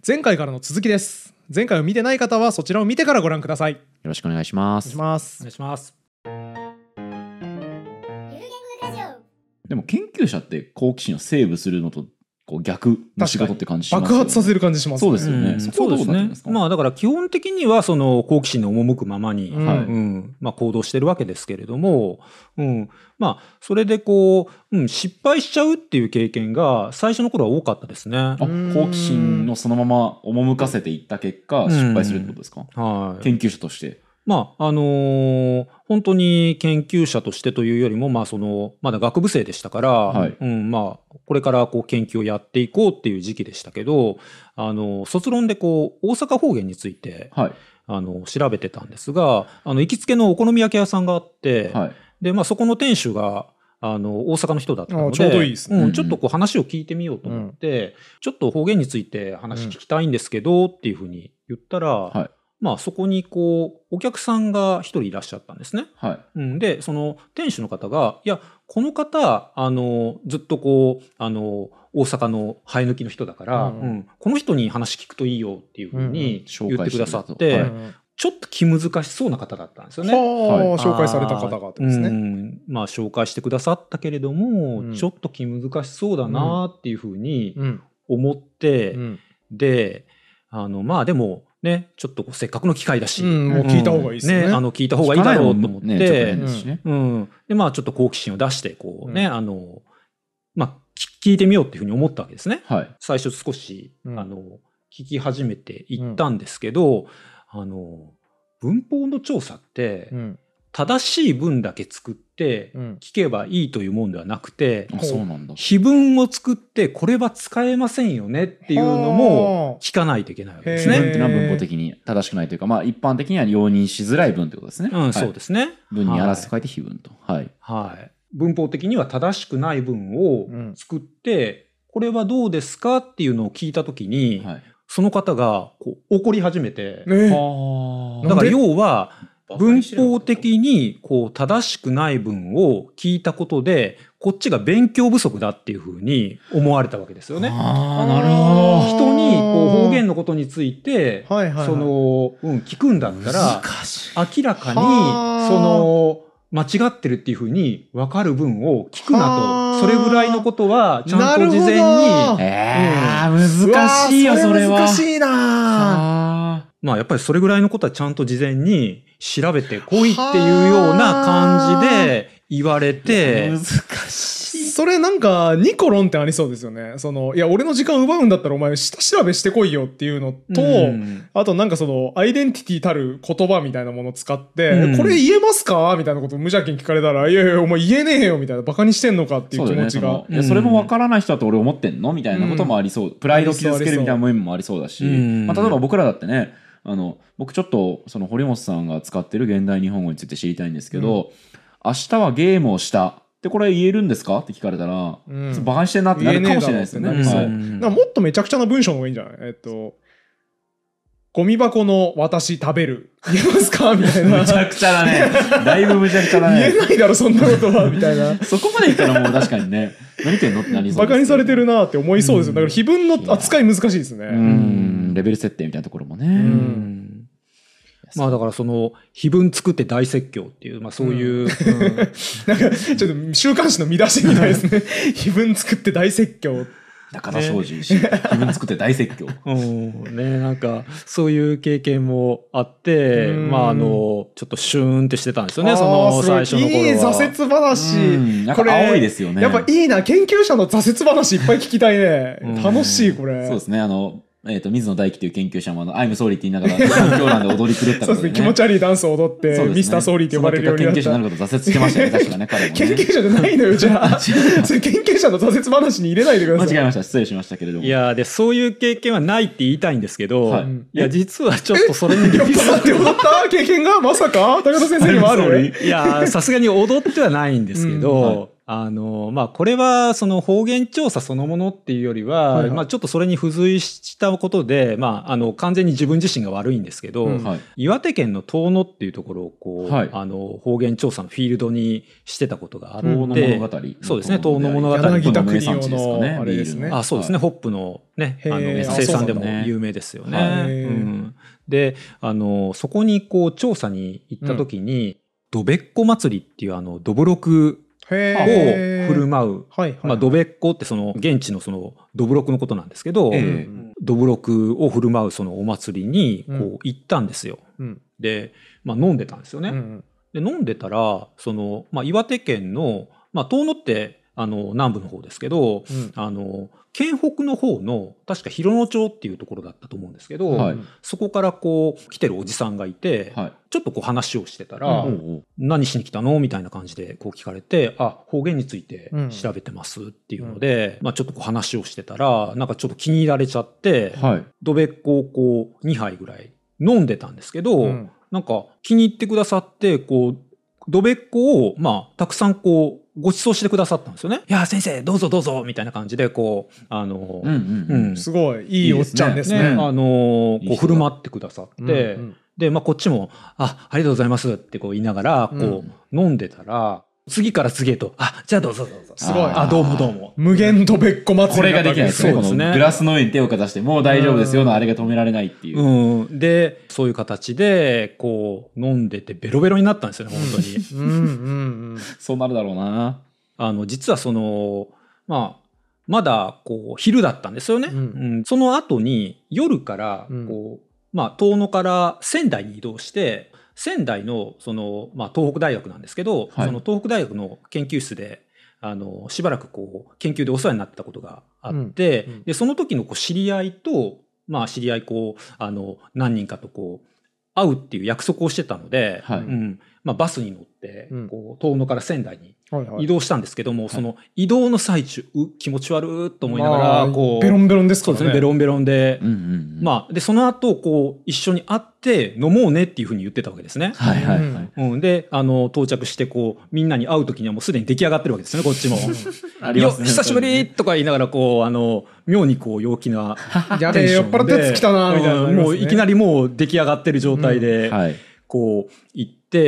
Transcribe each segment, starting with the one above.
前回からの続きです。前回を見てない方はそちらを見てからご覧ください。よろしくお願いします。 お願いします。 お願いします。 でも研究者って好奇心をセーブするのとこう逆の仕事って感じしますよね。 爆発させる感じしますね。 そうですよね。そこはどうなんですか？ まあだから基本的にはその好奇心の赴くままに、まあ行動してるわけですけれども、まあそれでこう、失敗しちゃうっていう経験が最初の頃は多かったですね。 好奇心のそのまま赴かせていった結果、失敗するってことですか？研究者として。 まあ本当に研究者としてというよりも、まあまだ学部生でしたから、まあこれからこう研究をやっていこうっていう時期でしたけど、卒論でこう大阪方言について、調べてたんですが、行きつけのお好み焼き屋さんがあって、でまあそこの店主が大阪の人だったので、 ちょうどいいですね。 ちょっとこう話を聞いてみようと思って、ちょっと方言について話聞きたいんですけど、っていうふうに言ったら、まあそこにこうお客さんが一人いらっしゃったんですね。でその店主の方が、いやこの方ずっとこう大阪の生え抜きの人だから、この人に話聞くといいよっていうふうに言ってくださって、ちょっと気難しそうな方だったんですよね。 紹介された方がですね。 まあ紹介してくださったけれども、ちょっと気難しそうだなっていうふうに思って、でまあでもね、ちょっとせっかくの機会だし、 もう聞いた方がいいですね。 聞いた方がいいだろうと思って、でまあちょっと好奇心を出してこうね、まあ聞いてみようっていうふうに思ったわけですね。最初少し聞き始めていったんですけど、文法の調査って、正しい文だけ作って聞けばいいというもんではなくて、碑文を作ってこれは使えませんよねっていうのも聞かないといけないわけですね。 文ってのは文法的に正しくないというか、まあ一般的には容認しづらい文ってことですね。 そうですね。 文にあらずと書いて碑文と。 文法的には正しくない文を作って、これはどうですかっていうのを聞いたときに、その方がこう怒り始めて、だから要は文法的にこう正しくない文を聞いたことで、こっちが勉強不足だっていうふうに思われたわけですよね。 なるほど。 人にこう方言のことについて聞くんだったら、明らかに間違ってるっていうふうに分かる文を聞くなと。それぐらいのことはちゃんと事前に。 難しいよ、それは。 難しいな。 まあやっぱりそれぐらいのことはちゃんと事前に調べてこいっていうような感じで言われて。 難しい。 それなんか2個論点ありそうですよね。いや俺の時間奪うんだったらお前下調べしてこいよっていうのと、あとなんかアイデンティティたる言葉みたいなものを使って、これ言えますかみたいなことを無邪気に聞かれたら、いやいやお前言えねえよみたいな、バカにしてんのかっていう気持ちが。 それもわからない人だと俺思ってんのみたいなこともありそう。プライド傷つけるみたいな面もありそうだし、まあ例えば僕らだってね、僕ちょっと堀本さんが使ってる現代日本語について知りたいんですけど、明日はゲームをしたでこれ言えるんですかって聞かれたら、バカにしてんなってなるかもしれないですよね。 もっとめちゃくちゃな文章の方がいいんじゃない？ゴミ箱の私食べる言えますかみたいな。 むちゃくちゃだね。だいぶむちゃくちゃだね。 言えないだろそんなことはみたいな。 そこまで言ったらもう確かにね、何言ってんのってなりそうです。 バカにされてるなって思いそうですよ。だから碑文の扱い難しいですね。 レベル設定みたいなところもね。 まあだから碑文作って大説教っていう、まあそういう、 なんかちょっと週刊誌の見出しみたいですね。碑文作って大説教。 中田庄司、碑文作って大説教。 なんかそういう経験もあって、まあちょっとシューンってしてたんですよね。最初の頃は。 いい挫折話。 これ青いですよね。 やっぱいいな、研究者の挫折話いっぱい聞きたいね。楽しいこれ。 そうですね。水野大樹という研究者もI'm sorry って言いながら環境欄で踊り狂ったからね。そうですね。 気持ち悪いダンスを踊って、ミスターソーリーって呼ばれるようになった。 研究者になること挫折してましたね。確かね、彼もね。 研究者じゃないのよ、じゃあ。それ研究者の挫折話に入れないでください。 間違えました。失礼しましたけれども。 いやで、そういう経験はないって言いたいんですけど、いや、実はちょっとそれに。 待って踊った経験がまさか高田先生にもある？ いや、さすがに踊ってはないんですけど、 これはその方言調査そのものっていうよりは、はいはい、ちょっとそれに付随したことで、完全に自分自身が悪いんですけど、岩手県の遠野っていうところをはい、方言調査のフィールドにしてたことがあって、遠野物語。そうですね、遠野物語。 柳田国男のあれですね。 そうですね、ホップのね、生産でも有名ですよね。で、そこに調査に行った時に、どべっこ祭りっていうどぶろくを振る舞う。どべっこってその現地のそのどぶろくのことなんですけど、どぶろくを振る舞うそのお祭りに行ったんですよ。で、飲んでたんですよね。で飲んでたら岩手県の遠野って南部の方ですけど、県北の方の確か広野町っていうところだったと思うんですけど、はい、そこから来てるおじさんがいて、はい、ちょっと話をしてたら、何しに来たのみたいな感じで聞かれて、方言について調べてますっていうので、ちょっと話をしてたら、なんかちょっと気に入られちゃって、はい、どべっこを2杯ぐらい飲んでたんですけど、なんか気に入ってくださって、どべっこを、たくさんご馳走してくださったんですよね。いや、先生、どうぞどうぞみたいな感じで、 すごい、いいおっちゃんですね。 振る舞ってくださって、で、こっちも、ありがとうございますって言いながら、飲んでたら、次から次へと、じゃあどうぞどうぞ。 すごい。 どうもどうも。 無限どべっこ祭り。 これができないですね。そうですね。グラスの上に手をかざして、もう大丈夫ですよのあれが止められないっていう。 で、そういう形で、飲んでてベロベロになったんですよね、本当に。 そうなるだろうな。 実はまだ、昼だったんですよね。その後に、夜から、遠野から仙台に移動して、仙台の東北大学なんですけど、その東北大学の研究室でしばらく研究でお世話になってたことがあって、でその時の知り合いと何人かと会うっていう約束をしてたので、バスに乗って遠野から仙台に移動したんですけども、その移動の最中気持ち悪いと思いながらベロンベロンですからね。 そうですね、ベロンベロンで、でその後一緒に会って飲もうねっていうふうに言ってたわけですね。で到着してみんなに会う時にはもうすでに出来上がってるわけですね、こっちも。久しぶりとか言いながら妙に陽気なやべえ酔っ払ったやつ来たなみたいな、 もういきなりもう出来上がってる状態で行って、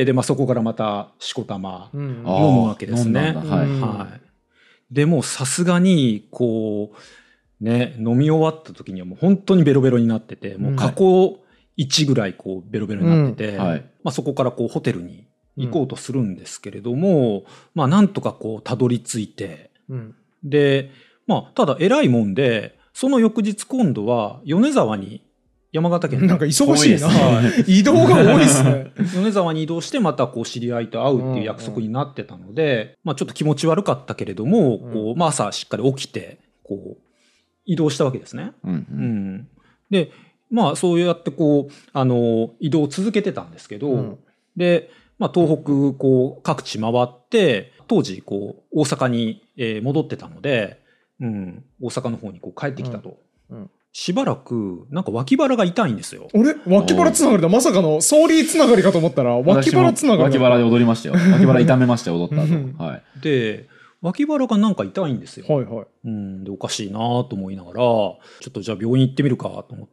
でそこからまたしこたま飲むわけですね。でもさすがに飲み終わった時にはもう本当にベロベロになってて、もう過去1ぐらいベロベロになってて、そこからホテルに行こうとするんですけれども、なんとかたどり着いて、でただ偉いもんで、その翌日今度は米沢に、山形県なんか忙しいな。移動が多いですね。 米沢に移動してまた知り合いと会うっていう約束になってたので、ちょっと気持ち悪かったけれども、朝しっかり起きて移動したわけですね。でそうやって移動を続けてたんですけど、で東北各地回って、当時大阪に戻ってたので、大阪の方に帰ってきたと。しばらくなんか脇腹が痛いんですよ。 脇腹つながりだ。まさかのソーリーつながりかと思ったら脇腹つながり。 脇腹で踊りましたよ。脇腹痛めましたよ、踊った後。 で脇腹がなんか痛いんですよ。でおかしいなと思いながら、ちょっとじゃあ病院行ってみるかと思って、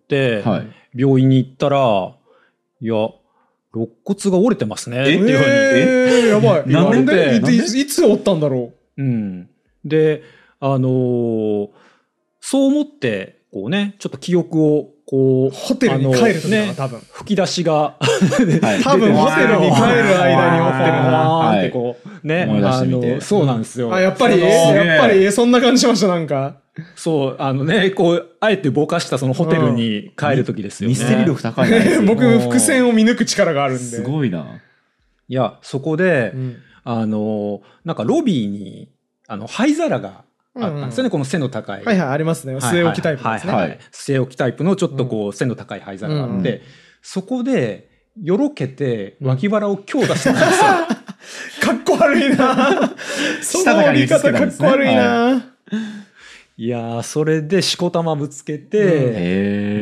病院に行ったら、いや肋骨が折れてますねっていうふうに。 やばい。なんでいつ折ったんだろう。 でそう思ってちょっと記憶をホテルに帰る時だな、多分吹き出しが多分ホテルに帰る間に折ってるなって思い出してみて、 そうなんですよ。 やっぱりそんな感じしました。なんかそうあえてぼかしたそのホテルに帰る時ですよね。 ミステリー力高いね。 僕伏線を見抜く力があるんで。 すごいな。 いやそこでなんかロビーに灰皿があったんですよね、この背の高い。 ありますね。据え置きタイプですね。 据え置きタイプのちょっと背の高い灰皿があって、そこでよろけて脇腹を強打したんですよ。 かっこ悪いな。その折り方かっこ悪いな。 いやそれでしこたまぶつけて、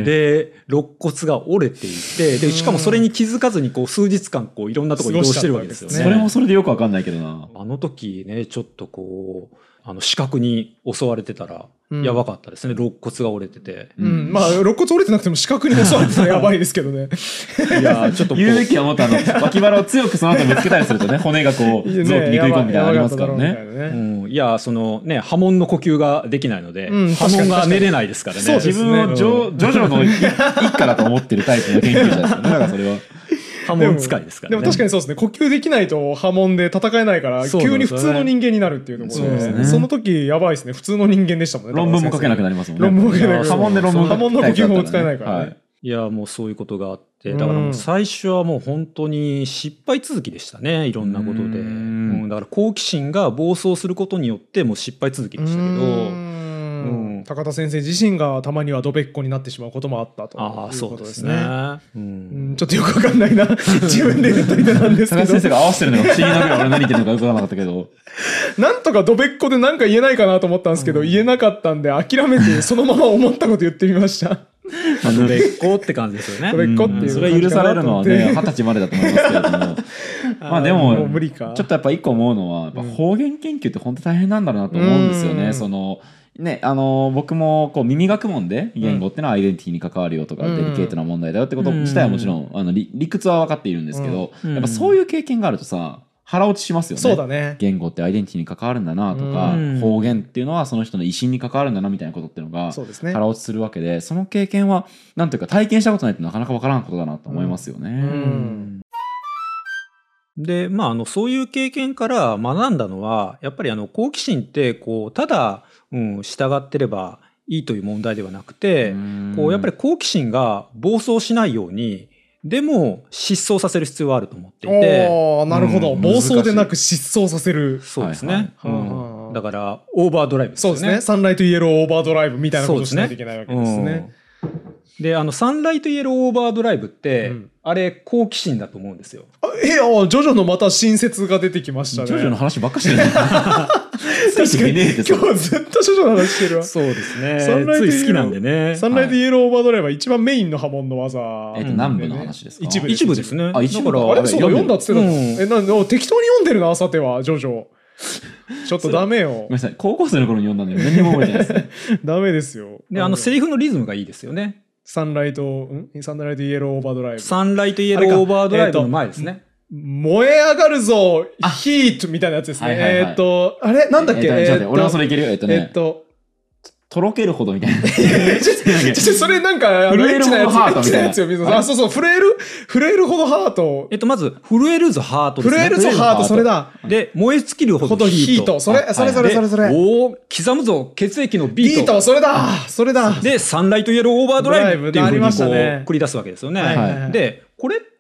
で肋骨が折れていて、でしかもそれに気づかずにこう数日間こういろんなところ移動してるわけですよね。 それもそれでよくわかんないけどな。 あの時ねちょっとこう視覚に襲われてたらやばかったですね、肋骨が折れてて、 まあ肋骨折れてなくても視覚に襲われてたらやばいですけどね。 いやちょっと言うべきはもっと脇腹を強くその後ぶつけたりするとね、骨がこう臓器に食い込むみたいなのありますからね。 いやそのね波紋の呼吸ができないので、波紋が寝れないですからね。 自分をジョジョの一家だと思ってるタイプの研究者ですよね。だからそれは波紋使いですからね。 でも確かにそうですね。呼吸できないと波紋で戦えないから、急に普通の人間になるっていうところで、その時やばいですね。普通の人間でしたもんね。 論文も書けなくなりますもんね。 論文も書けなくなる。 波紋で論文波紋の呼吸法を使えないからね。 いやもうそういうことがあって、だからもう最初はもう本当に失敗続きでしたね、いろんなことで。だから好奇心が暴走することによってもう失敗続きでしたけど、 高田先生自身がたまにはどべっこになってしまうこともあったということですね。ちょっとよくわかんないな。自分で言っといてなんですけど。 高田先生が合わせてるのが不思議なぐらい俺何言ってるのかよくわからなかったけど。 なんとかどべっこで何か言えないかなと思ったんですけど、言えなかったんで諦めてそのまま思ったこと言ってみました。 どべっこって感じですよね。 どべっこっていう。 それは許されるのはね、20歳までだと思いますけれども。まあでも、ちょっとやっぱ一個思うのは、やっぱ方言研究って本当大変なんだろうなと思うんですよね。ね、僕もこう耳学問で言語ってのはアイデンティティに関わるよとか、デリケートな問題だよってこと自体はもちろん理屈は分かっているんですけど、やっぱそういう経験があるとさ、腹落ちしますよね。 そうだね。 言語ってアイデンティティに関わるんだなとか、方言っていうのはその人の威信に関わるんだなみたいなことっていうのが腹落ちするわけで、その経験はなんていうか体験したことないとなかなか分からんことだなと思いますよね。 で、まあ、そういう経験から学んだのは、やっぱり好奇心って、こう、ただ、従ってればいいという問題ではなくて、こう、やっぱり好奇心が暴走しないように、でも、失踪させる必要はあると思っていて。 なるほど。暴走でなく失踪させる。 そうですね。だから、オーバードライブですね。 そうですね。サンライトイエローオーバードライブみたいなことをしないといけないわけですね。 で、サンライトイエローオーバードライブって、あれ、好奇心だと思うんですよ。 ジョジョのまた新説が出てきましたね。 ジョジョの話ばっかしてる。 確かに、今日ずっとジョジョの話してるわ。 そうですね。つい好きなんでね。 サンライトイエローオーバードライブは一番メインの波紋の技。 何部の話ですか？ 一部ですね。 一部だから、あれ、そうだ、読んだっつってたの。適当に読んでるな、さては、ジョジョ。ちょっとダメよ。ごめんなさい。高校生の頃に読んだんで、何にも覚えてないです。 ダメですよ。 で、セリフのリズムがいいですよね。 サンライトイエローオーバードライブ。 サンライトイエローオーバードライブの前ですね。 燃え上がるぞ、ヒートみたいなやつですね。あれなんだっけ俺はそれいけるよ。とろけるほどみたいな。 それなんか、 震えるほどハートみたいな。 そうそう、震えるほどハート。 まず、震えるぞハートですね。 震えるぞハート、それだ。 で、燃え尽きるほどヒート。 それ。 刻むぞ血液のビート。 それだ。 で、サンライトイエローオーバードライブっていうふうにこう、繰り出すわけですよね。で、これって、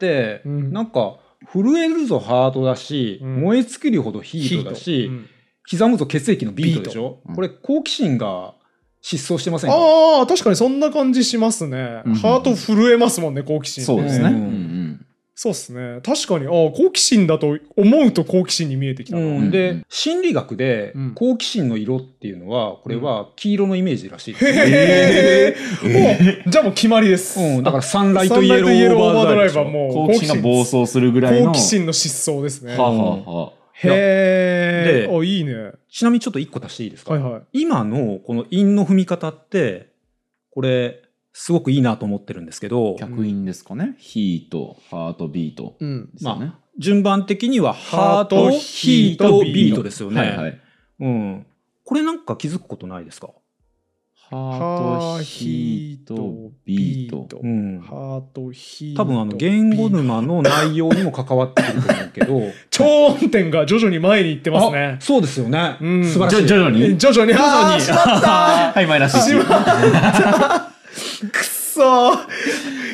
なんか、震えるぞハートだし、燃え尽きるほどヒートだし、刻むぞ血液のビートでしょ。これ、好奇心が、失踪してませんか？ 確かにそんな感じしますね。ハート震えますもんね、好奇心。 そうですね。 そうですね。確かに、好奇心だと思うと好奇心に見えてきた。 で、心理学で好奇心の色っていうのは、これは黄色のイメージらしいです。 じゃあもう決まりです。 だからサンライトイエローオーバードライブはもう好奇心が暴走するぐらいの。 好奇心の失踪ですね。 へー。いいね。 ちなみにちょっと1個足していいですか？今のこの韻の踏み方って、これ、すごくいいなと思ってるんですけど。 逆韻ですかね。ヒート、ハート、ビート。 まあ、順番的には、ハート、ヒート、ビートですよね。これなんか気づくことないですか？ ハート、ヒート、ビート。 ハート、ヒート。多分言語沼の内容にも関わってくると思うけど。 超音点が徐々に前に行ってますね。 そうですよね。素晴らしい。 徐々にしまったはい、マイナス1。 くっそー。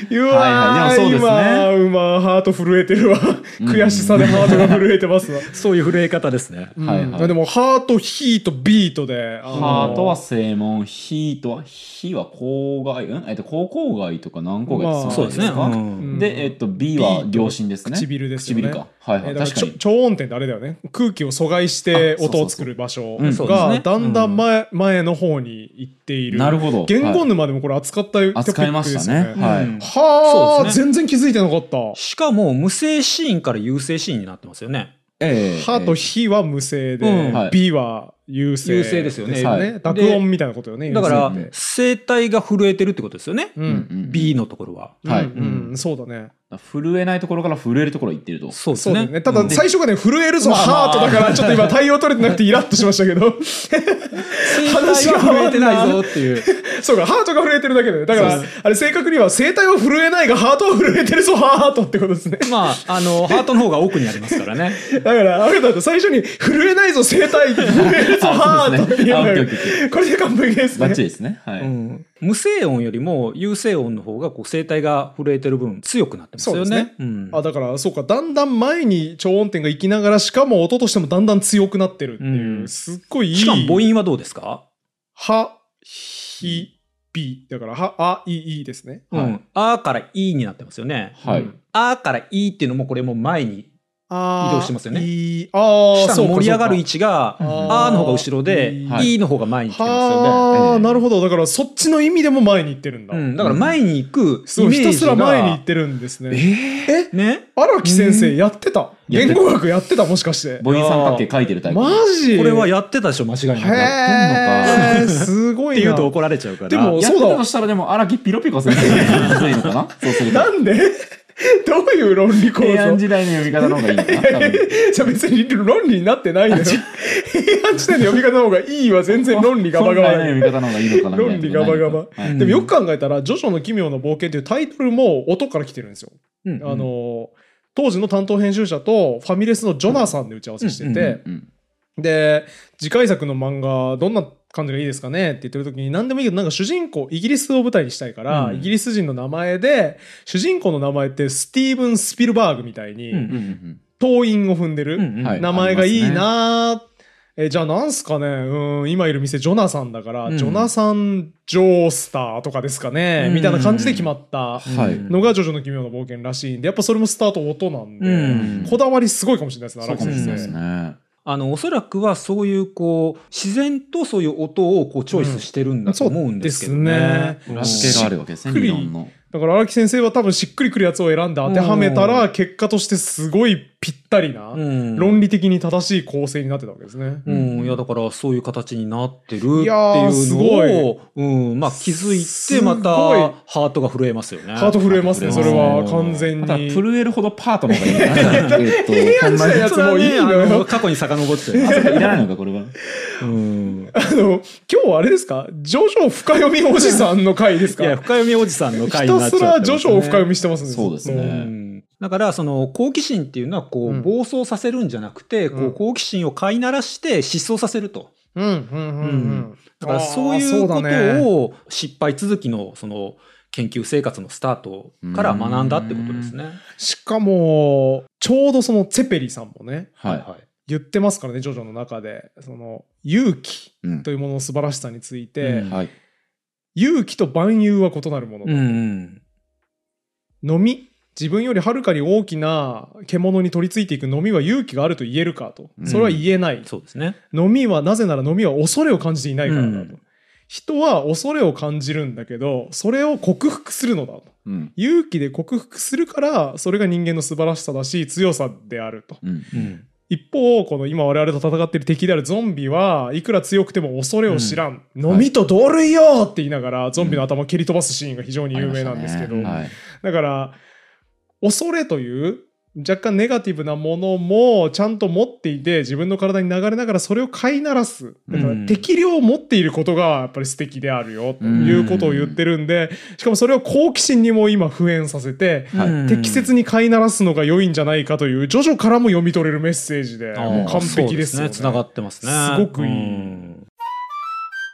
うわー、今ハート震えてるわ。悔しさでハートが震えてますわ。 そういう震え方ですね。 でもハート、ヒート、ビートで。 ハートは正門、ヒートは、ヒは郊外、郊郊外とか南郊外そうですね。 で、B は両親ですね。 唇ですよね。 唇か。はいはい。確かに。 超音点ってあれだよね。空気を阻害して音を作る場所がだんだん前の方に行っている。 なるほど。 言語沼でもこれ扱ったトピックですよね。 扱いましたね。 はあ、全然気づいてなかった。 しかも無声シーンから有声シーンになってますよね。 ハとヒは無声で、B は有声ですよね。 濁音みたいなことよね。 だから声帯が震えてるってことですよね。B のところは。 そうだね。 震えないところから震えるところに行ってると。 そうですね。 ただ最初がね、震えるぞハートだからちょっと今対応取れてなくてイラッとしましたけど。 話が震えてないぞっていう。 そうか、ハートが震えてるだけで。だから、あれ正確には声帯は震えないがハートは震えてるぞハートってことですね。 まあ、ハートの方が奥にありますからね。 だから、あれだと最初に震えないぞ声帯震えるぞハートっていうのが、これで完璧ですね。 バッチリですね。はい。 無声音よりも有声音の方が声帯が震えてる分強くなってますよね。 だからそうか、だんだん前に超音点が行きながら、しかも音としてもだんだん強くなってるっていう、すっごいいい。 しかも母音はどうですか？ は、ひ、B だからは、あ、いですね。 あからいになってますよね。あからいっていうのもこれも前に移動してますよね。下の盛り上がる位置が、あの方が後ろで、いの方が前に来てますよね。 なるほど。だからそっちの意味でも前に行ってるんだ。 だから前に行くイメージが。 ひたすら前に行ってるんですね。 ね、 荒木先生やってた。言語学やってた、もしかして。 母音三角形書いてるタイプ。 マジ？ これはやってたでしょ、間違いなく。 やってんのか。すごいな。 って言うと怒られちゃうから。 でも、 そうだ。やってたとしたらでも荒木ピロピコ先生がむずいのかな？そうすると。 なんで？どういう論理構造？ 平安時代の読み方の方がいいのかな？ じゃあ別に論理になってないのよ。平安時代の読み方の方がいいは全然論理ガバガバ。 本来の読み方の方がいいのかな？ 論理ガバガバ。でもよく考えたら、ジョジョの奇妙な冒険っていうタイトルも音から来てるんですよ。当時の担当編集者とファミレスのジョナサンで打ち合わせしてて、で、次回作の漫画どんな感じがいいですかねって言ってる時に、何でもいいけど、なんか主人公イギリスを舞台にしたいから、イギリス人の名前で主人公の名前ってスティーブン・スピルバーグみたいに頭音を踏んでる名前がいいな。じゃあなんすかね、今いる店ジョナサンだから、ジョナサン・ジョースターとかですかね、みたいな感じで決まったのがジョジョの奇妙な冒険らしいんで、やっぱそれもスタート音なんで、こだわりすごいかもしれないですね、荒木先生。 おそらくはそういう自然とそういう音をチョイスしてるんだと思うんですけどね。 裏付けがあるわけですね、理論の。 だから荒木先生は多分しっくりくるやつを選んで当てはめたら、結果としてすごいぴったりな、論理的に正しい構成になってたわけですね。 いやだからそういう形になってるっていうのを、まあ気づいてまたハートが震えますよね。 ハート震えますね、それは完全に。 ただ震えるほどパートの方がいいのかな。 平安時代のやつもいいのよ。 過去に遡って。 いらないのか、これは。 今日あれですか、ジョジョ深読みおじさんの回ですか？ いや、深読みおじさんの回になっちゃってますね。 ひたすらジョジョを深読みしてますね。 そうですね。 だからその好奇心っていうのは暴走させるんじゃなくて、好奇心を飼いならして失踪させると。だからそういうことを失敗続きのその研究生活のスタートから学んだってことですね。 しかもちょうどそのツェペリさんもね、言ってますからね、ジョジョの中でその勇気というものの素晴らしさについて、勇気と万有は異なるものだ。のみ、自分よりはるかに大きな獣に取り付いていくのみは勇気があると言えるかと。それは言えない。 そうですね。 のみはなぜならのみは恐れを感じていないからだと。人は恐れを感じるんだけど、それを克服するのだと。勇気で克服するから、それが人間の素晴らしさだし、強さであると。一方、この今我々と戦っている敵であるゾンビはいくら強くても恐れを知らん。のみと同類よって言いながらゾンビの頭を蹴り飛ばすシーンが非常に有名なんですけど、だから恐れという若干ネガティブなものもちゃんと持っていて、自分の体に流れながらそれを飼いならす。だから適量を持っていることがやっぱり素敵であるよということを言ってるんで、しかもそれを好奇心にも今普遍させて、適切に飼いならすのが良いんじゃないかというジョジョからも読み取れるメッセージで、もう完璧ですよね。 つながってますね。 すごくいい。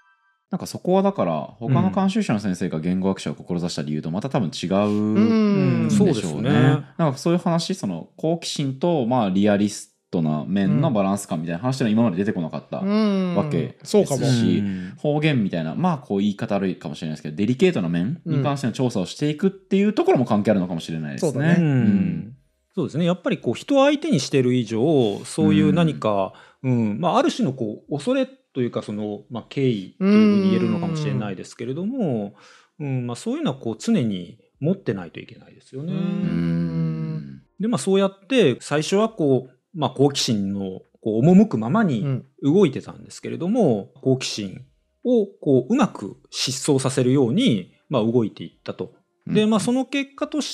なんかそこはだから他の監修者の先生が言語学者を志した理由とまた多分違うんでしょうね。 そうですね。 なんかそういう話、その好奇心とまあリアリストな面のバランス感みたいな話っていうのは今まで出てこなかったわけですし、方言みたいな、まあこう言い方悪いかもしれないですけど、デリケートな面に関しての調査をしていくっていうところも関係あるのかもしれないですね。 そうだね。そうですね。やっぱりこう人を相手にしてる以上、そういう何か、まあある種のこう恐れというかその、まあ、敬意というふうに言えるのかもしれないですけれども、まあ、そういうのはこう常に持ってないといけないですよね。で、まあ、そうやって最初はこう、まあ、好奇心のこう赴くままに動いてたんですけれども、好奇心をこううまく疾走させるように、まあ、動いていったと。で、まあ、その結果として、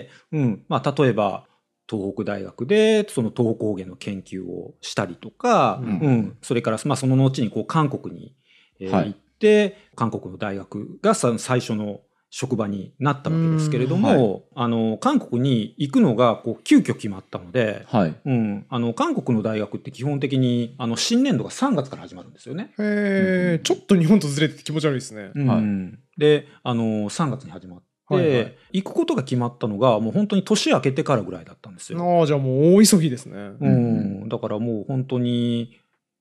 まあ、例えば東北大学でその東北方言の研究をしたりとか、それからまあその後にこう韓国に行って、韓国の大学が最初の職場になったわけですけれども、韓国に行くのがこう急遽決まったので、韓国の大学って基本的に新年度が3月から始まるんですよね。 ちょっと日本とずれて気持ち悪いですね。 で3月に始まって、行くことが決まったのがもう本当に年明けてからぐらいだったんですよ。 じゃあもう大急ぎですね。 だからもう本当に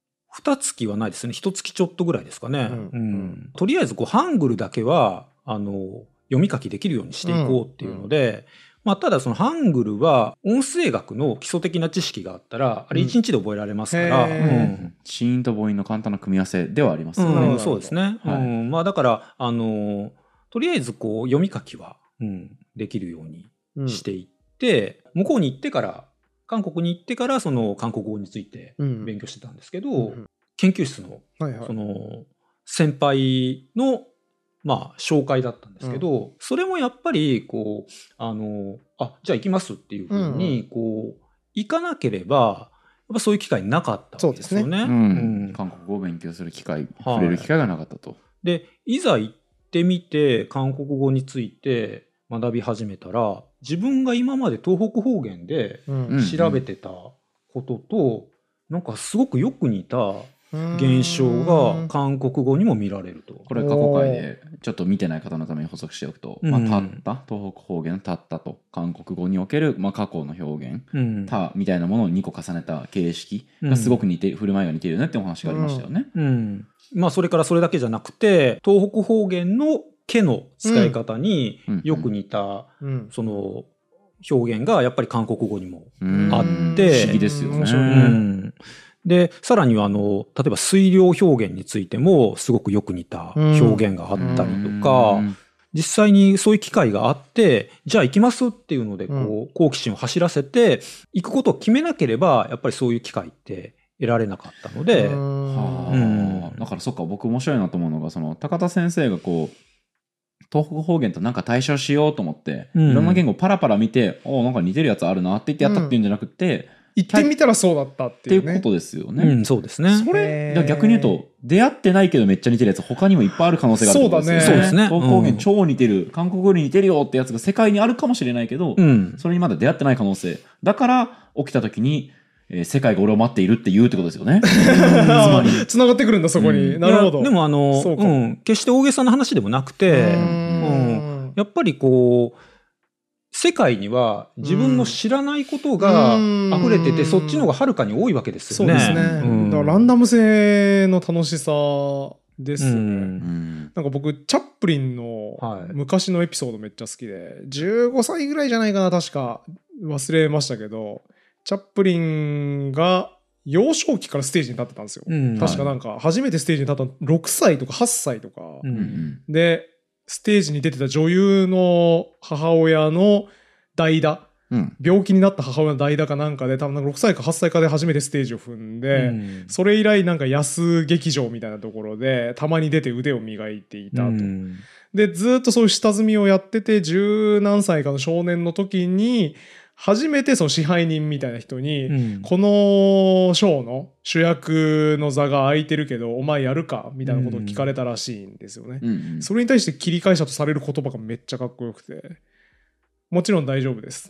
2月はないですね。1月ちょっとぐらいですかね。とりあえずこうハングルだけは読み書きできるようにしていこうっていうので、まあ、ただそのハングルは音声学の基礎的な知識があったらあれ1日で覚えられますから、 子音と母音の簡単な組み合わせではありますよね。 そうですね。まあだからとりあえずこう読み書きは、できるようにしていって、向こうに行ってから韓国に行ってからその韓国語について勉強してたんですけど、研究室のその先輩のまあ紹介だったんですけど、それもやっぱりこうじゃあ行きますっていうふうにこう行かなければやっぱそういう機会なかったわけですよね。 韓国語を勉強する機会、触れる機会がなかったと。 でいざ行ってみて韓国語について学び始めたら、自分が今まで東北方言で調べてたこととなんかすごくよく似た現象が韓国語にも見られると。 これ過去回でちょっと見てない方のために補足しておくと、たった東北方言のたったと韓国語における、過去の表現、たみたいなものを2個重ねた形式がすごく似て、振る舞いが似ているねってお話がありましたよね。 まあそれからそれだけじゃなくて東北方言のけの使い方によく似たその表現がやっぱり韓国語にもあって不思議ですよね。 でさらには例えば水量表現についてもすごくよく似た表現があったりとか、実際にそういう機会があってじゃあ行きますっていうのでこう好奇心を走らせて行くことを決めなければやっぱりそういう機会って得られなかったので、 だからそっか、僕面白いなと思うのがその高田先生がこう東北方言となんか対象しようと思って、いろんな言語パラパラ見てなんか似てるやつあるなって言ってやったっていうんじゃなくて、 行ってみたらそうだったっていう、 っていうことですよね。 そうですね。 それ逆に言うと出会ってないけどめっちゃ似てるやつ他にもいっぱいある可能性があるってことですよね。 そうですね。 東北方言超似てる、韓国語に似てるよってやつが世界にあるかもしれないけど、それにまだ出会ってない可能性だから起きた時に世界が俺を待っているって言うってことですよね。 つながってくるんだそこに。なるほど。 でも決して大げさな話でもなくて、やっぱりこう世界には自分の知らないことが溢れてて、そっちの方がはるかに多いわけですよね。 そうですね。だからランダム性の楽しさですよね。なんか僕チャップリンの昔のエピソードめっちゃ好きで、15歳ぐらいじゃないかな確か、忘れましたけど、チャップリンが幼少期からステージに立ってたんですよ。確かなんか初めてステージに立ったの6歳とか8歳とかで、ステージに出てた女優の母親の代打、病気になった母親の代打かなんかで多分なんか6歳か8歳かで初めてステージを踏んで、それ以来なんか安劇場みたいなところでたまに出て腕を磨いていたと。でずっとそういう下積みをやってて、十何歳かの少年の時に初めてその支配人みたいな人に、このショーの主役の座が空いてるけどお前やるかみたいなことを聞かれたらしいんですよね。それに対して切り返したとされる言葉がめっちゃかっこよくて、もちろん大丈夫です、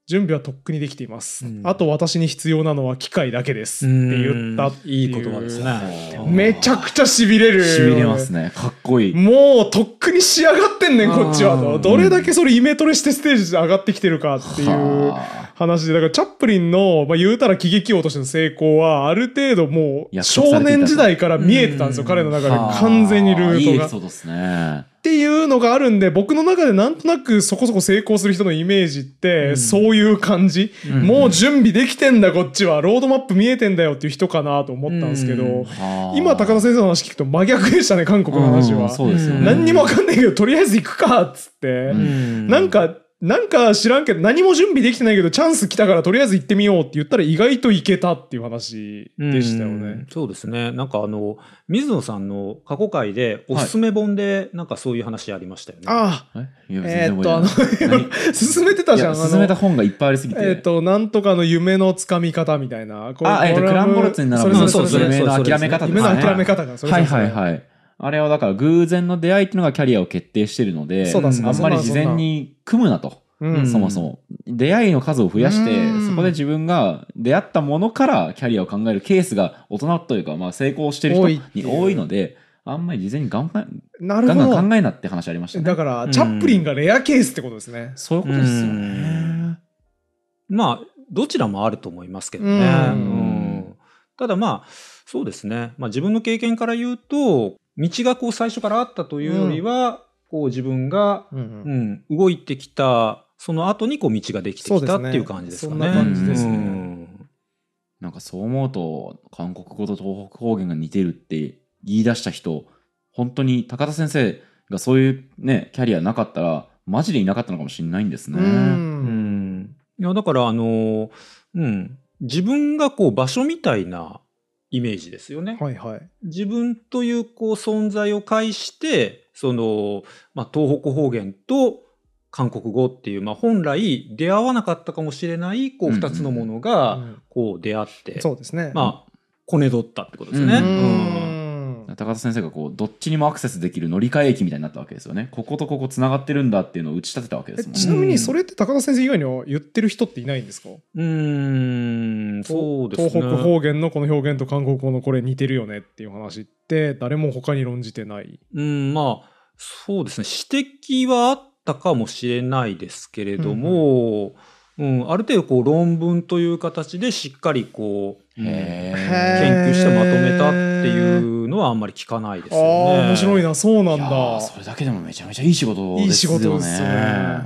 準備はとっくにできています、あと私に必要なのは機械だけですって言ったっていう。 いい言葉ですね。 めちゃくちゃしびれる。 しびれますね。かっこいい。 もうとっくに仕上がってんねんこっちはと。どれだけそれイメトレしてステージで上がってきてるかっていう話で、だからチャップリンの、言うたら喜劇王としての成功はある程度もう少年時代から見えてたんですよ、彼の中で完全にルートが。いいエピソードですね。っていうのがあるんで、僕の中でなんとなくそこそこ成功する人のイメージって、そういう感じ、もう準備できてんだこっちは、ロードマップ見えてんだよっていう人かなと思ったんですけど、今高田先生の話聞くと真逆でしたね、韓国の話は。そうですよね。何にもわかんないけどとりあえず行くかっつって、なんか知らんけど何も準備できてないけどチャンス来たからとりあえず行ってみようって言ったら意外と行けたっていう話でしたよね。 そうですね。なんか水野さんの過去回でおすすめ本でなんかそういう話ありましたよね。 進めてたじゃん。 進めた本がいっぱいありすぎて。 なんとかの夢のつかみ方みたいな。 クランボルツに並ぶ夢の諦め方ですね。 夢の諦め方が。 はいはいはい。あれはだから偶然の出会いっていうのがキャリアを決定してるので、あんまり事前に組むなと。そもそも出会いの数を増やしてそこで自分が出会ったものからキャリアを考えるケースが大人というか成功してる人に多いので、あんまり事前にガンガン考えなって話ありましたね。 だからチャップリンがレアケースってことですね。 そういうことですよね。 どちらもあると思いますけどね。ただそうですね。自分の経験から言うと道が最初からあったというよりは、自分が、動いてきたその後に道ができてきたっていう感じですかね。そんな感じですね。 なんかそう思うと韓国語と東北方言が似てるって言い出した人、本当に高田先生がそういうねキャリアなかったらマジでいなかったのかもしれないんですね。 いやだから自分が場所みたいなイメージですよね。 はいはい、 自分という存在を介して東北方言と韓国語っていう本来出会わなかったかもしれない2つのものが出会って、 そうですね。 こね取ったってことですね。 高田先生がどっちにもアクセスできる乗り換え駅みたいになったわけですよね。こことここつながってるんだっていうのを打ち立てたわけですもんね。 ちなみにそれって高田先生以外には言ってる人っていないんですか？ そうですね。 東北方言のこの表現と韓国語のこれ似てるよねっていう話って誰も他に論じてない。 そうですね。指摘はあったかもしれないですけれども、ある程度論文という形でしっかり研究してまとめたっていうのはあんまり聞かないですよね。 面白いな。そうなんだ。 それだけでもめちゃめちゃいい仕事ですよね。 いい仕事ですよね。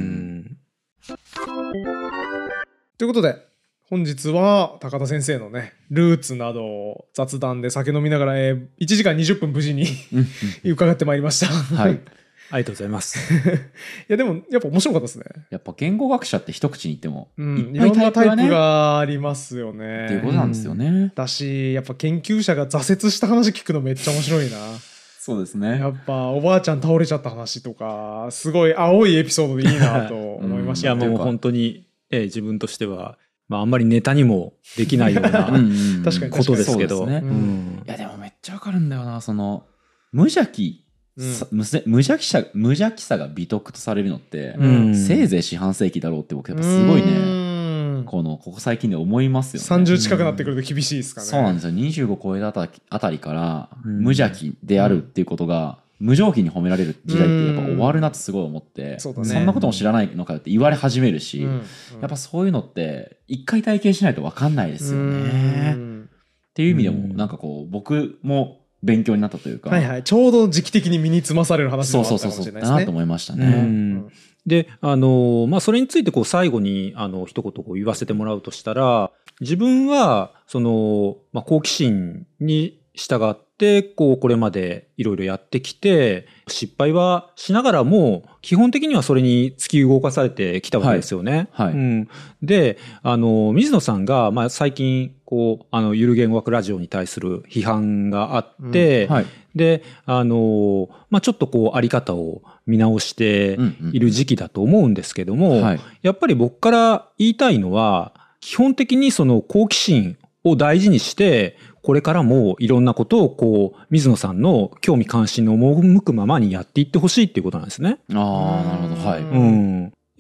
ということで本日は高田先生のねルーツなどを雑談で酒飲みながら1時間20分無事に伺ってまいりました。 はい。ありがとうございます。 いやでもやっぱ面白かったですね。 やっぱ言語学者って一口に言っても、 いろんなタイプがありますよね。 っていうことなんですよね。 だしやっぱ研究者が挫折した話聞くのめっちゃ面白いな。 そうですね。 やっぱおばあちゃん倒れちゃった話とかすごい青いエピソードでいいなと思いましたね。 いやもう本当に、自分としてはあんまりネタにもできないようなことですけど。いやでもめっちゃわかるんだよな。無邪気無邪気さが美徳とされるのって、せいぜい四半世紀だろうって僕やっぱすごいねここ最近で思いますよね。 30近くなってくると厳しいですかね。 そうなんですよ。25超えたあたりから無邪気であるっていうことが無条件に褒められる時代ってやっぱ終わるなってすごい思って、そんなことも知らないのかよって言われ始めるし、やっぱそういうのって一回体験しないと分かんないですよね。っていう意味でもなんか僕も勉強になったというか、 ちょうど時期的に身につまされる話もあったかもしれないですね。 だなと思いましたね。 でそれについて最後に一言言わせてもらうとしたら、自分は好奇心に従ってこれまでいろいろやってきて失敗はしながらも基本的にはそれに突き動かされてきたわけですよね。で水野さんが最近ゆる言語学ラジオに対する批判があって、でちょっとあり方を見直している時期だと思うんですけども、やっぱり僕から言いたいのは基本的に好奇心を大事にしてこれからもいろんなことを水野さんの興味関心の赴くままにやっていってほしいっていうことなんですね。 なるほど。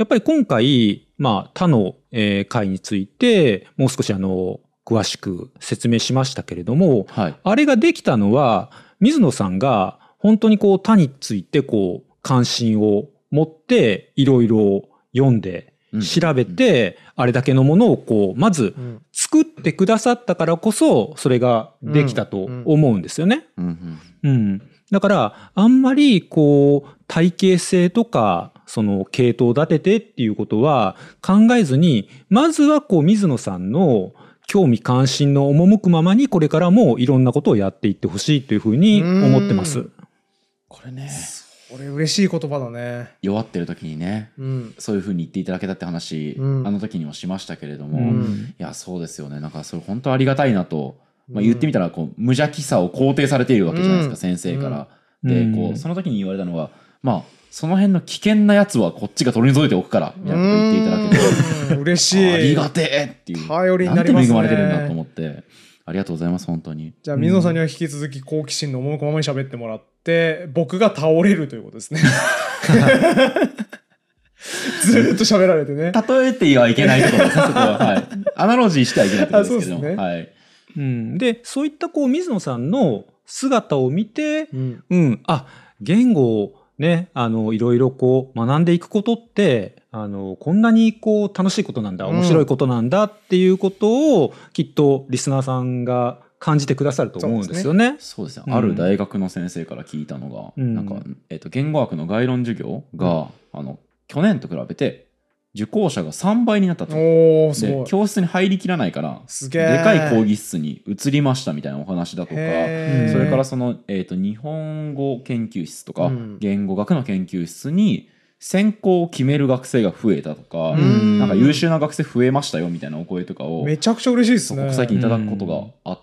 やっぱり今回、他の、回について、もう少し詳しく説明しましたけれども、はい、あれができたのは、水野さんが本当に他について関心を持っていろいろ読んで調べて、あれだけのものをまず作ってくださったからこそそれができたと思うんですよね。だからあんまり体系性とかその系統立ててっていうことは考えずに、まずは水野さんの興味関心の赴くままにこれからもいろんなことをやっていってほしいというふうに思ってます。 これね、 これ嬉しい言葉だね。 弱ってる時にね、そういうふうに言っていただけたって話、あの時にもしましたけれども、いやそうですよね。なんかそれ本当ありがたいなと、言ってみたら無邪気さを肯定されているわけじゃないですか、先生から。でその時に言われたのは、その辺の危険なやつはこっちが取り除いておくからみたいなことを言っていただけて嬉しい、 ありがてえっていう、 頼りになりますね。 なんて恵まれてるんだと思って、ありがとうございます本当に。 じゃあ水野さんには引き続き好奇心の赴くままに喋ってもらって、僕が倒れるということですね。ずーっと喋られてね。 例えてはいけないところですね、そこは。はい。アナロジーしてはいけないところですけども。 そうですね。 はい。 で、そういった水野さんの姿を見て、言語をね、いろいろ学んでいくことって、こんなに楽しいことなんだ、面白いことなんだっていうことを、きっとリスナーさんが感じてくださると思うんですよね。 そうですね。ある大学の先生から聞いたのが、なんか、言語学の概論授業が、去年と比べて、受講者が3倍になったと。で、教室に入りきらないから、でかい講義室に移りましたみたいなお話だとか、それから日本語研究室とか、言語学の研究室に専攻を決める学生が増えたとか、なんか優秀な学生増えましたよみたいなお声とかを、 めちゃくちゃ嬉しいですね。 最近いただくことがあって、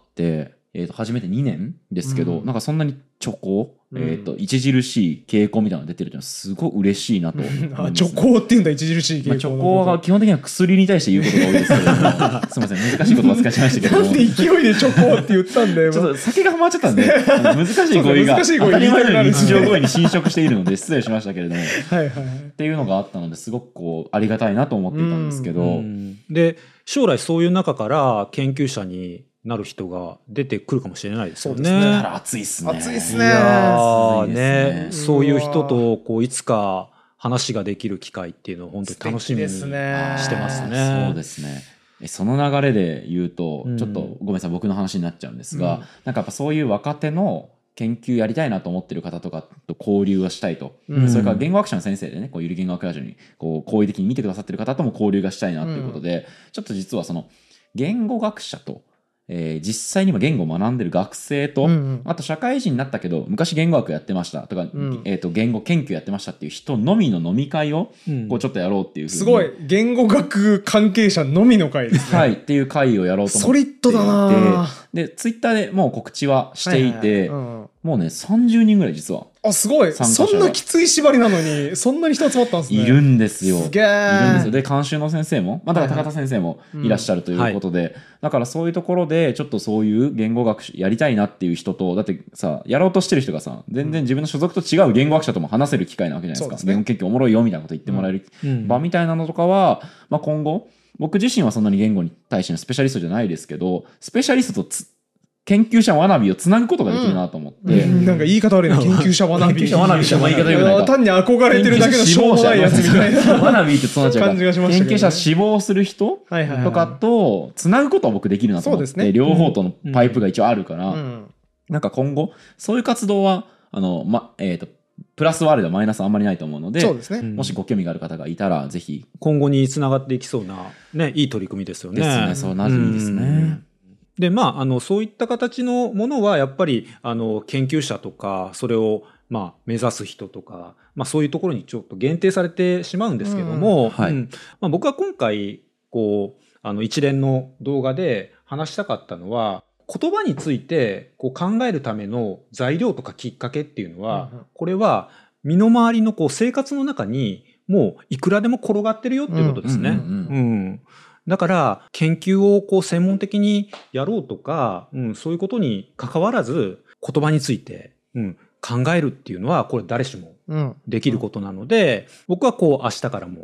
初めて2年ですけど、なんかそんなに著考、著しい傾向みたいなのが出てるっていうのはすごい嬉しいなと思います、ね。 著考っていうんだ、著しい傾向。 著考は基本的には薬に対して言うことが多いですけど、すみません、難しい言葉使っちゃいましたけど。 なんで勢いで著考って言ったんだよ。 ちょっと酒がハマっちゃったんで、難しい語彙が当たり前の日常語彙に侵食しているので失礼しましたけれども。っていうのがあったので、すごくありがたいなと思っていたんですけど。 で、将来そういう中から研究者になる人が出てくるかもしれないですよね。 そうですね。熱いっすね。 熱いっすね。 いやね、そういう人といつか話ができる機会っていうのを本当に楽しみにしてますね。 そうですね。その流れで言うと、ちょっとごめんなさい、僕の話になっちゃうんですが、なんかやっぱそういう若手の研究やりたいなと思ってる方とかと交流がしたいと、それから言語学者の先生でね、ゆる言語学ラジオに好意的に見てくださってる方とも交流がしたいなということで、ちょっと実はその言語学者と実際に今言語を学んでる学生と、あと社会人になったけど昔言語学やってましたとか、言語研究やってましたっていう人のみの飲み会をちょっとやろうっていうふうに、 すごい言語学関係者のみの会ですね。 はい、っていう会をやろうと思っていて、 ソリッドだな。 でツイッターでもう告知はしていて、もうね30人ぐらい実は。 あ、すごい。そんなきつい縛りなのにそんなに人集まったんですね。 いるんですよ。 すげー。 いるんですよ。で監修の先生も、だから高田先生もいらっしゃるということで、だからそういうところでちょっとそういう言語学やりたいなっていう人と、だってさ、やろうとしてる人がさ、全然自分の所属と違う言語学者とも話せる機会なわけじゃないですか。言語研究おもろいよみたいなこと言ってもらえる場みたいなのとかは、今後僕自身はそんなに言語に対してのスペシャリストじゃないですけど、スペシャリストと研究者学びをつなぐことができるなと思って、 なんか言い方悪いな、研究者学び。 研究者学びって言い方よくないか。 単に憧れてるだけのしょうもないやつみたいな学びってそうなっちゃうから、研究者志望する人とかとつなぐことは僕できるなと思って、両方とのパイプが一応あるから、なんか今後そういう活動はプラスはあればマイナスあんまりないと思うので、もしご興味がある方がいたらぜひ今後につながっていきそうなね、いい取り組みですよね。 ですね。そうなるといいですね。 でそういった形のものはやっぱり研究者とかそれを目指す人とか、そういうところにちょっと限定されてしまうんですけども、僕は今回一連の動画で話したかったのは、言葉について考えるための材料とかきっかけっていうのは、これは身の回りの生活の中にもういくらでも転がってるよっていうことですね。だから研究を専門的にやろうとか、そういうことに関わらず言葉について、考えるっていうのはこれ誰しもできることなので、僕は明日からも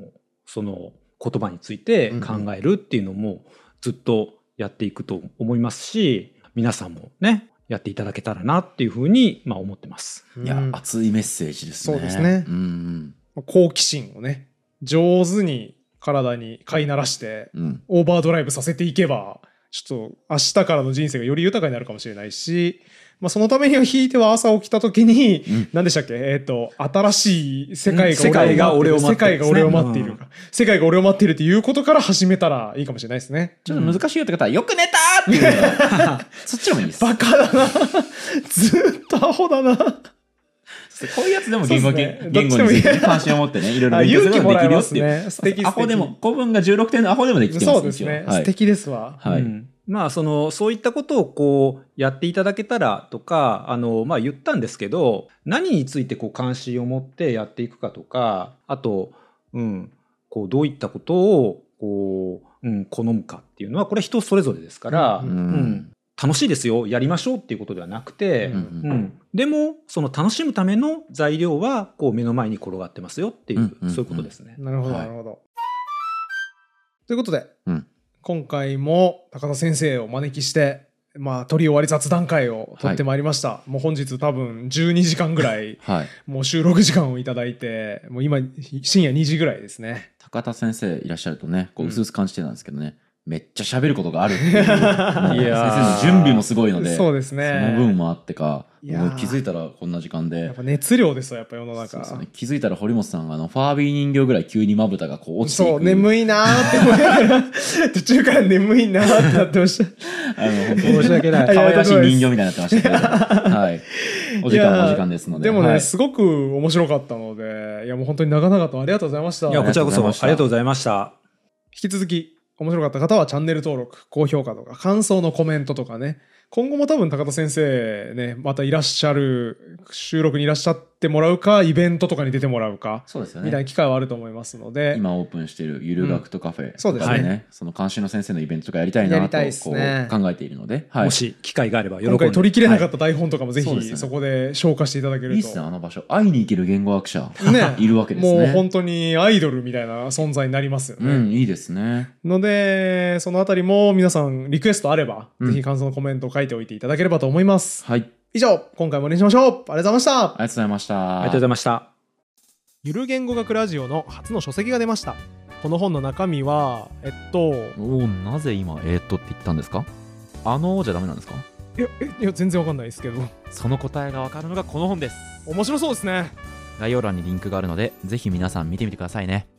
その言葉について考えるっていうのもずっとやっていくと思いますし、皆さんもねやっていただけたらなっていうふうに思ってます。 いや、熱いメッセージですね。 そうですね。好奇心をね上手に体に飼いならして、オーバードライブさせていけばちょっと明日からの人生がより豊かになるかもしれないし、そのためにはひいては朝起きた時に、何でしたっけ、新しい世界が俺を待っているか、世界が俺を待っているっていうことから始めたらいいかもしれないですね。 ちょっと難しいよって方はよく寝たーっていうのがそっちでもいいです。 バカだなずっとアホだな。 こういうやつでも言語に関心を持ってね、いろいろ勉強することができるよっていう。素敵。アホでも、古文が16点のアホでもできてます。 そうですね。素敵ですわ。 はい。そういったことをこうやっていただけたらとか、言ったんですけど、何についてこう関心を持ってやっていくかとか、あと、こうどういったことをこう、好むかっていうのは、これ人それぞれですから、楽しいですよ、やりましょうっていうことではなくて、でもその楽しむための材料はこう目の前に転がってますよっていう、そういうことですね。 なるほど、なるほど。ということで、今回も高田先生をお招きして、取り終わり雑談会を取ってまいりました。もう本日多分12時間ぐらい、もう収録時間をいただいて、もう今深夜2時ぐらいですね。 高田先生いらっしゃるとね、こう薄々感じてたんですけどね。めっちゃ喋ることがあるっていう。いや先生の準備もすごいので、 そうですね。 その分もあってか、気づいたらこんな時間で。 やっぱ熱量ですよ、やっぱ世の中。 そうですね。気づいたら堀本さんがファービー人形ぐらい急にまぶたがこう落ちていく。 そう、眠いなーって思いながら、途中から眠いなーってなってました。 本当申し訳ない。 可愛らしい人形みたいになってましたけど。はい。お時間ですので。 でもね、すごく面白かったので、いやもう本当に長々とありがとうございました。 いや、こちらこそありがとうございました。 引き続き、面白かった方はチャンネル登録、高評価とか、感想のコメントとかね、今後も多分高田先生ね、またいらっしゃる、収録にいらっしゃってもらうか、イベントとかに出てもらうか、 そうですよね。 みたいな機会はあると思いますので、 今オープンしているゆる学徒カフェとかそうですね。 その監修の先生のイベントとかやりたいなとこう考えているので、 もし機会があれば喜んで。 今回取り切れなかった台本とかもぜひそこで消化していただけると。 いいですね、あの場所。会いに行ける言語学者いるわけですね。 もう本当にアイドルみたいな存在になりますよね。 いいですね。 ので、そのあたりも皆さんリクエストあれば、ぜひ感想のコメントを書いておいていただければと思います。 はい。 以上、今回もお願いしましょう。ありがとうございました。 ありがとうございました。 ありがとうございました。 ゆる言語学ラジオの初の書籍が出ました。この本の中身は、 なぜ今って言ったんですか？じゃダメなんですか？ いや全然わかんないですけど。 その答えがわかるのがこの本です。 面白そうですね。 概要欄にリンクがあるので、ぜひ皆さん見てみてくださいね。